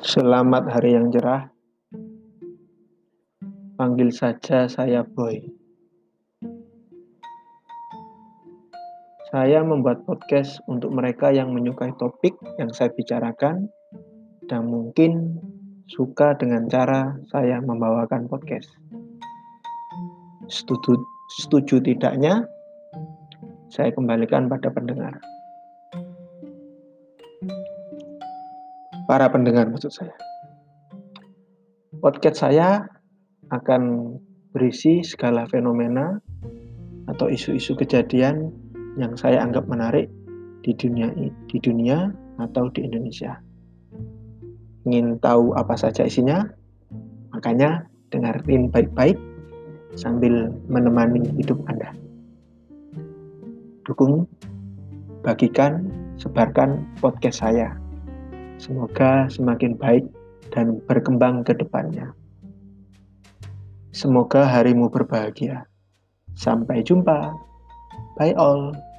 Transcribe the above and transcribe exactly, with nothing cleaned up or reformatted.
Selamat hari yang cerah. Panggil saja saya Boy. Saya membuat podcast untuk mereka yang menyukai topik yang saya bicarakan dan mungkin suka dengan cara saya membawakan podcast. Setuju, setuju tidaknya, saya kembalikan pada pendengar. Para pendengar maksud saya. Podcast saya akan berisi segala fenomena atau isu-isu kejadian yang saya anggap menarik di dunia di dunia atau di Indonesia. Ingin tahu apa saja isinya? Makanya dengerin baik-baik sambil menemani hidup Anda. Dukung, bagikan, sebarkan podcast saya. Semoga semakin baik dan berkembang ke depannya. Semoga harimu berbahagia. Sampai jumpa. Bye all.